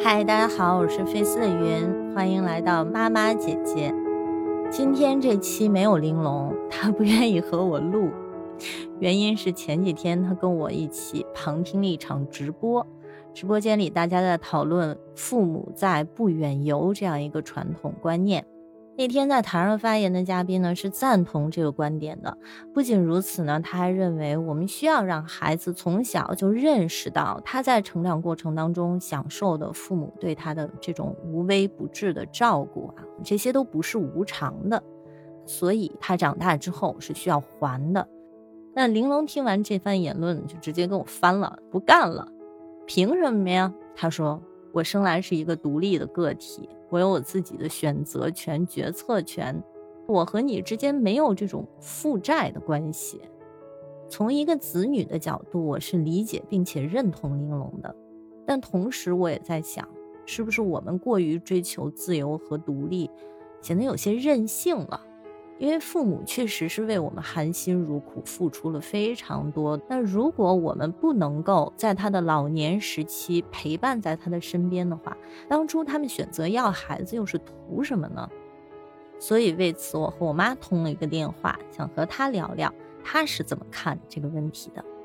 嗨，大家好，我是菲斯的云，欢迎来到妈妈姐姐。今天这期没有玲珑，她不愿意和我录，原因是前几天她跟我一起旁听了一场直播，直播间里大家在讨论父母在不远游这样一个传统观念。那天在台上发言的嘉宾呢是赞同这个观点的，不仅如此呢，他还认为我们需要让孩子从小就认识到他在成长过程当中享受的父母对他的这种无微不至的照顾啊，这些都不是无偿的，所以他长大之后是需要还的。那玲珑听完这番言论就直接跟我翻了，不干了。凭什么呀？他说我生来是一个独立的个体，我有我自己的选择权、决策权，我和你之间没有这种负债的关系。从一个子女的角度，我是理解并且认同玲珑的，但同时我也在想，是不是我们过于追求自由和独立，显得有些任性了？因为父母确实是为我们含辛茹苦付出了非常多，那如果我们不能够在他的老年时期陪伴在他的身边的话，当初他们选择要孩子又是图什么呢？所以为此我和我妈通了一个电话，想和她聊聊她是怎么看这个问题的。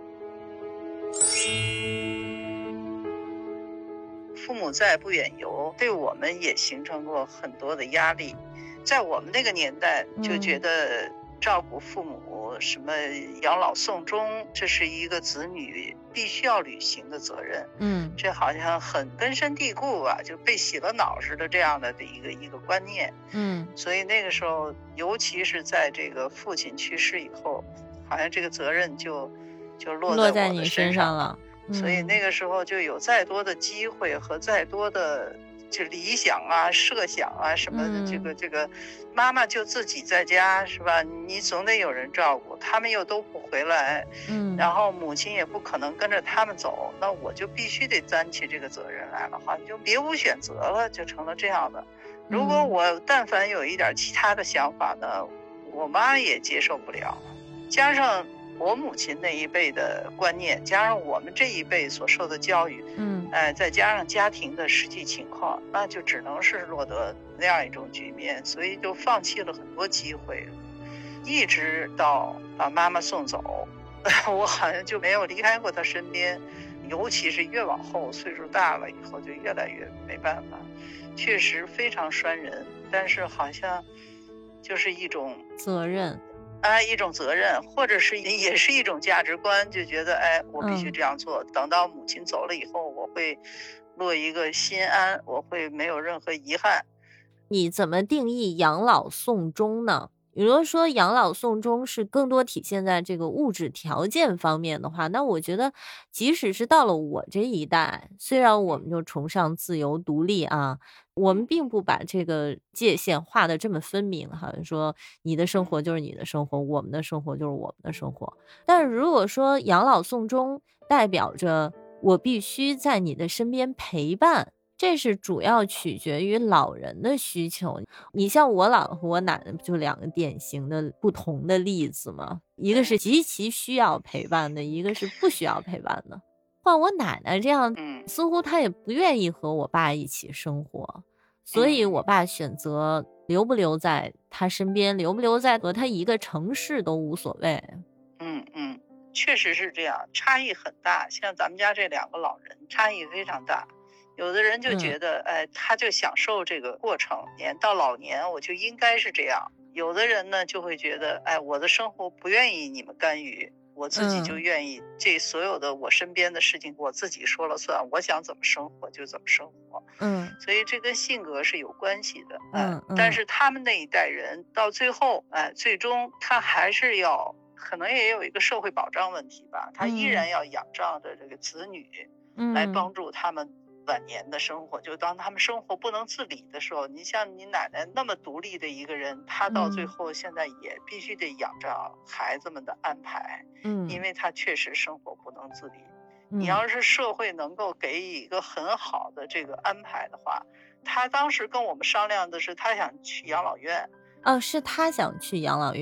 父母在不远游对我们也形成过很多的压力，在我们那个年代就觉得照顾父母什么养老送终，这是一个子女必须要履行的责任。这好像很根深蒂固啊，就被洗了脑似的这样的一个观念。所以那个时候，尤其是在这个父亲去世以后，好像这个责任就落在我的身上了。所以那个时候就有再多的机会和再多的就理想啊、设想啊什么的，这个妈妈就自己在家是吧？你总得有人照顾，他们又都不回来，然后母亲也不可能跟着他们走，那我就必须得担起这个责任来了哈，就别无选择了，就成了这样的。如果我但凡有一点其他的想法呢，我妈也接受不了，加上我母亲那一辈的观念，加上我们这一辈所受的教育，再加上家庭的实际情况，那就只能是落得那样一种局面，所以就放弃了很多机会，一直到把妈妈送走，我好像就没有离开过她身边，尤其是越往后岁数大了以后，就越来越没办法，确实非常拴人，但是好像就是一种责任。 一种责任，或者是也是一种价值观，就觉得我必须这样做，等到母亲走了以后，我会落一个心安，我会没有任何遗憾。 你怎么定义养老送终呢？比如说养老送终是更多体现在这个物质条件方面的话，那我觉得即使是到了我这一代，虽然我们就崇尚自由独立啊，我们并不把这个界限画得这么分明，好像说你的生活就是你的生活，我们的生活就是我们的生活。但是如果说养老送终代表着我必须在你的身边陪伴，这是主要取决于老人的需求。你像我姥姥和我奶奶不就两个典型的不同的例子吗？一个是极其需要陪伴的，一个是不需要陪伴的。换我奶奶这样，似乎她也不愿意和我爸一起生活，所以我爸选择留不留在他身边，留不留在和他一个城市都无所谓。 确实是这样，差异很大。像咱们家这两个老人差异非常大，有的人就觉得他就享受这个过程，到老年我就应该是这样。有的人呢就会觉得我的生活不愿意你们干预，我自己就愿意这所有的我身边的事情我自己说了算，我想怎么生活就怎么生活。所以这跟性格是有关系的。但是他们那一代人到最后最终他还是要可能也有一个社会保障问题吧，他依然要仰仗着这个子女来帮助他们晚年的生活。就当他们生活不能自理的时候，你像你奶奶那么独立的一个人，她到最后现在也必须得仰仗孩子们的安排，因为她确实生活不能自理。你要是社会能够给予一个很好的这个安排的话，她当时跟我们商量的是她想去养老院。 是她想去养老院。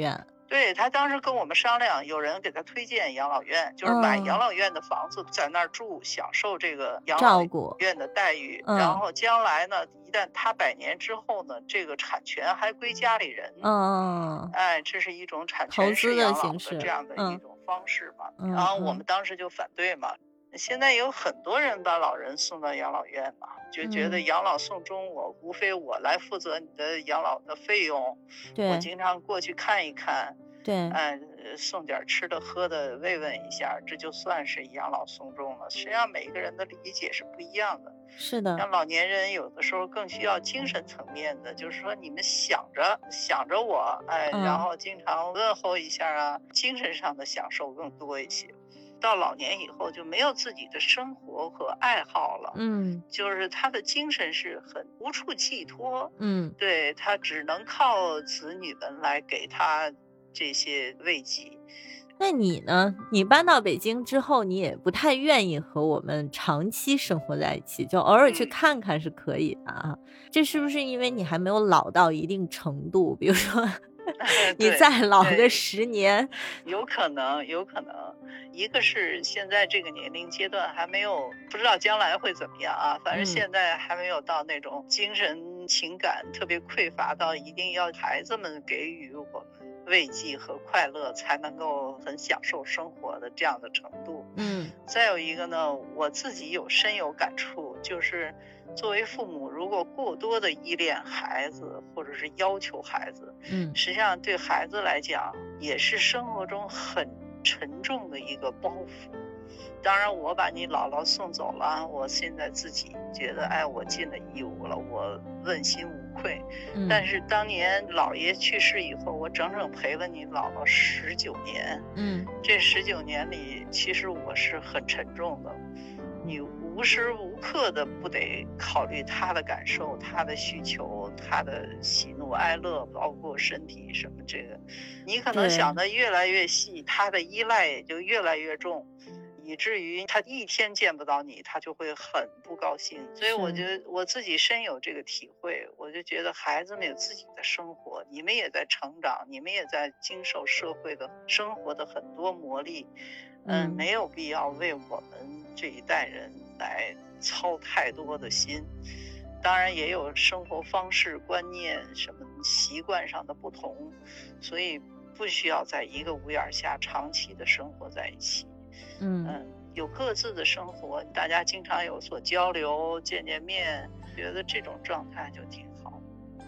对，他当时跟我们商量，有人给他推荐养老院，就是买养老院的房子，在那儿住，享受这个养老院的待遇。然后将来呢，一旦他100年之后呢，这个产权还归家里人。哎，这是一种产权式养老的这样的一种方式嘛。然后我们当时就反对嘛。现在有很多人把老人送到养老院嘛，就觉得养老送终，我无非我来负责你的养老的费用，我经常过去看一看， 对， 送点吃的喝的慰问一下，这就算是养老送终了。实际上每个人的理解是不一样的。 是的， 像老年人有的时候更需要精神层面的，就是说你们想着我，然后经常问候一下啊，精神上的享受更多一些。到老年以后就没有自己的生活和爱好了，就是他的精神是很无处寄托，对，他只能靠子女们来给他这些慰藉。 那你呢？你搬到北京之后，你也不太愿意和我们长期生活在一起，就偶尔去看看是可以的啊。这是不是因为你还没有老到一定程度？比如说你再老个10年， 有可能。一个是现在这个年龄阶段还没有，不知道将来会怎么样啊。反正现在还没有到那种精神情感特别匮乏到一定要孩子们给予我们慰藉和快乐才能够很享受生活的这样的程度。再有一个呢，我自己深有感触，就是作为父母，如果过多的依恋孩子或者是要求孩子，实际上对孩子来讲也是生活中很沉重的一个包袱。当然我把你姥姥送走了，我现在自己觉得我尽了义务了，我问心无愧。但是当年姥爷去世以后，我整整陪了你姥姥19年。这19年里其实我是很沉重的，你无时无刻的不得考虑他的感受，他的需求，他的喜怒哀乐，包括身体什么这个，你可能想得越来越细，他的依赖也就越来越重，以至于他一天见不到你，他就会很不高兴。所以我觉得我自己深有这个体会，我就觉得孩子们有自己的生活，你们也在成长，你们也在经受社会的生活的很多磨砺，没有必要为我们这一代人来操太多的心。当然也有生活方式观念什么习惯上的不同，所以不需要在一个屋檐下长期的生活在一起。有各自的生活，大家经常有所交流，见面，觉得这种状态就挺好。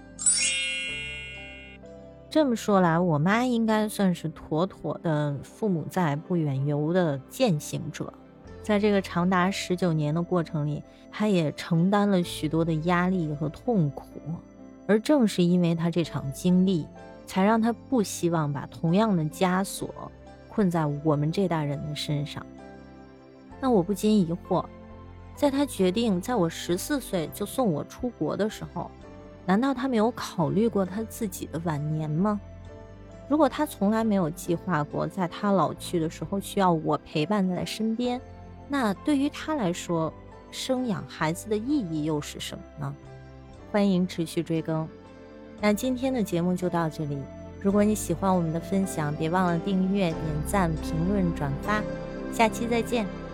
这么说来，我妈应该算是妥妥的父母在不远游的践行者。在这个长达19年的过程里，她也承担了许多的压力和痛苦，而正是因为她这场经历，才让她不希望把同样的枷锁困在我们这代人的身上。那我不禁疑惑，在她决定在我14岁就送我出国的时候，难道她没有考虑过她自己的晚年吗？如果她从来没有计划过在她老去的时候需要我陪伴在身边，那对于她来说，生养孩子的意义又是什么呢？欢迎持续追更。那今天的节目就到这里，如果你喜欢我们的分享，别忘了订阅、点赞、评论、转发，下期再见。